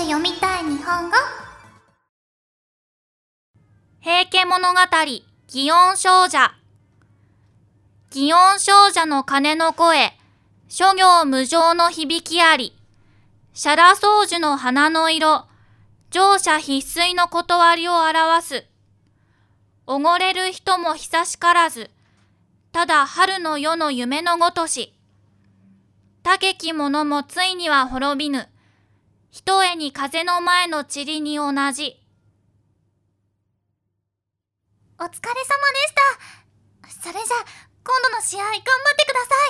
読みたい日本語。 平家物語、祇園精舎。祇園精舎の鐘の声、諸行無常の響きあり。娑羅双樹の花の色、乗車必須の断りを表す。おごれる人も久しからず、ただ春の夜の夢のごとし。高き者もついには滅びぬ。ひとえに風の前の塵に同じ。 お疲れ様でした。それじゃ、今度の試合頑張ってください。